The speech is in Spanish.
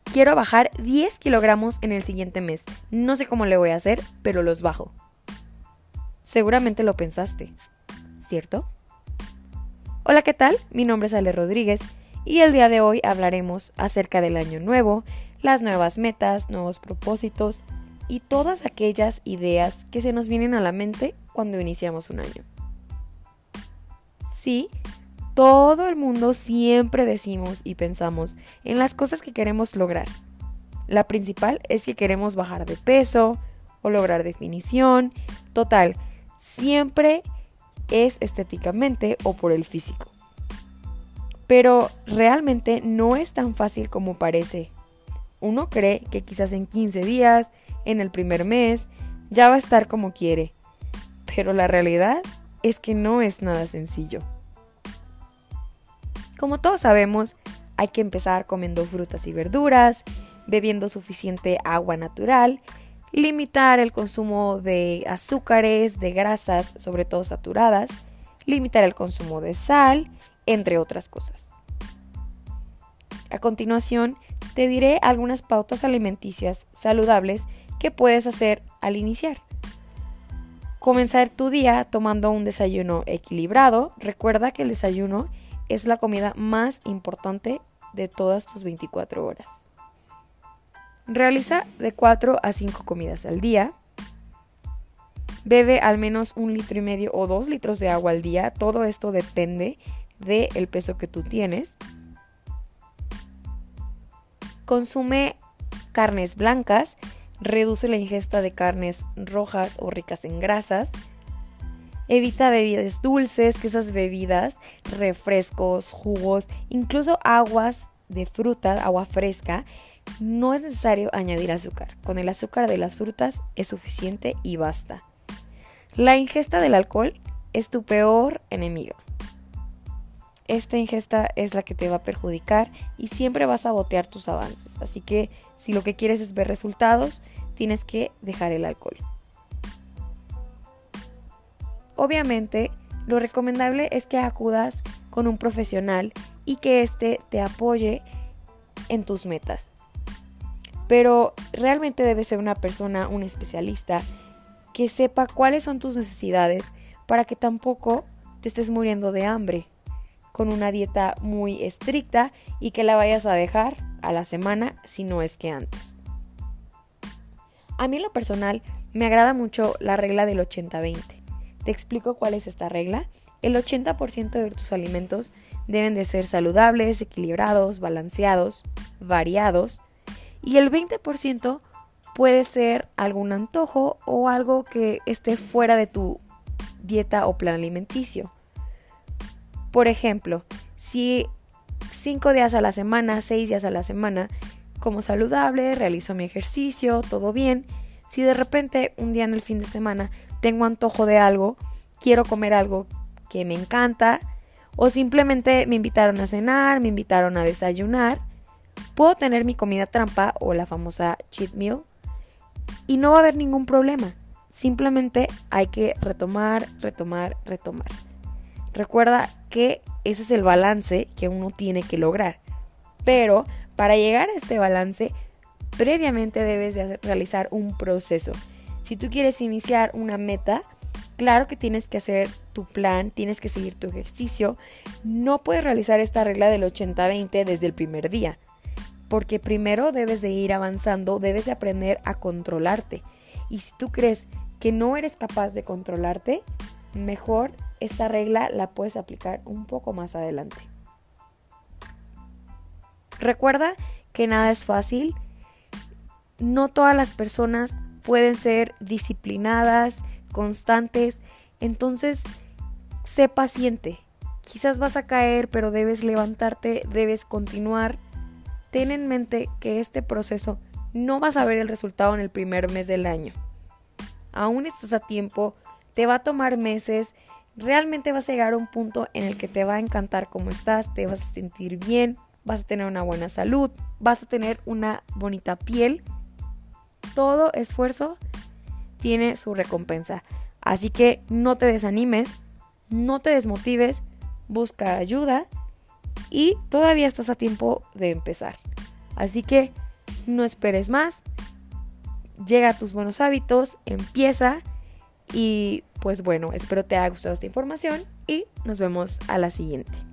Quiero bajar 10 kilogramos en el siguiente mes. No sé cómo le voy a hacer, pero los bajo. Seguramente lo pensaste, ¿cierto? Hola, ¿qué tal? Mi nombre es Ale Rodríguez y el día de hoy hablaremos acerca del año nuevo, las nuevas metas, nuevos propósitos y todas aquellas ideas que se nos vienen a la mente cuando iniciamos un año. Sí, todo el mundo siempre decimos y pensamos en las cosas que queremos lograr. La principal es que queremos bajar de peso o lograr definición. Total, siempre es estéticamente o por el físico. Pero realmente no es tan fácil como parece. Uno cree que quizás en 15 días, en el primer mes, ya va a estar como quiere. Pero la realidad es que no es nada sencillo. Como todos sabemos, hay que empezar comiendo frutas y verduras, bebiendo suficiente agua natural, limitar el consumo de azúcares, de grasas, sobre todo saturadas, limitar el consumo de sal, entre otras cosas. A continuación, te diré algunas pautas alimenticias saludables que puedes hacer al iniciar. Comenzar tu día tomando un desayuno equilibrado. Recuerda que el desayuno es la comida más importante de todas tus 24 horas. Realiza de 4 a 5 comidas al día. Bebe al menos 1,5 litros o 2 litros de agua al día. Todo esto depende del peso que tú tienes. Consume carnes blancas. Reduce la ingesta de carnes rojas o ricas en grasas. Evita bebidas dulces, que esas bebidas, refrescos, jugos, incluso aguas de fruta, agua fresca, no es necesario añadir azúcar. Con el azúcar de las frutas es suficiente y basta. La ingesta del alcohol es tu peor enemigo. Esta ingesta es la que te va a perjudicar y siempre va a sabotear tus avances. Así que si lo que quieres es ver resultados, tienes que dejar el alcohol. Obviamente, lo recomendable es que acudas con un profesional y que éste te apoye en tus metas. Pero realmente debe ser una persona, un especialista, que sepa cuáles son tus necesidades para que tampoco te estés muriendo de hambre con una dieta muy estricta y que la vayas a dejar a la semana si no es que antes. A mí en lo personal me agrada mucho la regla del 80-20. Te explico cuál es esta regla. El 80% de tus alimentos deben de ser saludables, equilibrados, balanceados, variados. Y el 20% puede ser algún antojo o algo que esté fuera de tu dieta o plan alimenticio. Por ejemplo, si 5 días a la semana, 6 días a la semana, como saludable, realizo mi ejercicio, todo bien. Si de repente un día en el fin de semana tengo antojo de algo, quiero comer algo que me encanta, o simplemente me invitaron a cenar, me invitaron a desayunar, puedo tener mi comida trampa o la famosa cheat meal y no va a haber ningún problema. Simplemente hay que retomar. Recuerda que ese es el balance que uno tiene que lograr. Pero para llegar a este balance, previamente debes de realizar un proceso. Si tú quieres iniciar una meta, claro que tienes que hacer tu plan, tienes que seguir tu ejercicio. No puedes realizar esta regla del 80-20 desde el primer día, porque primero debes de ir avanzando, debes de aprender a controlarte. Y si tú crees que no eres capaz de controlarte, mejor esta regla la puedes aplicar un poco más adelante. Recuerda que nada es fácil. No todas las personas pueden ser disciplinadas, constantes. Entonces, sé paciente. Quizás vas a caer, pero debes levantarte, debes continuar. Ten en mente que este proceso no vas a ver el resultado en el primer mes del año. Aún estás a tiempo, te va a tomar meses. Realmente vas a llegar a un punto en el que te va a encantar cómo estás, te vas a sentir bien, vas a tener una buena salud, vas a tener una bonita piel. Todo esfuerzo tiene su recompensa. Así que no te desanimes, no te desmotives, busca ayuda y todavía estás a tiempo de empezar. Así que no esperes más, llega a tus buenos hábitos, empieza y pues bueno, espero te haya gustado esta información y nos vemos a la siguiente.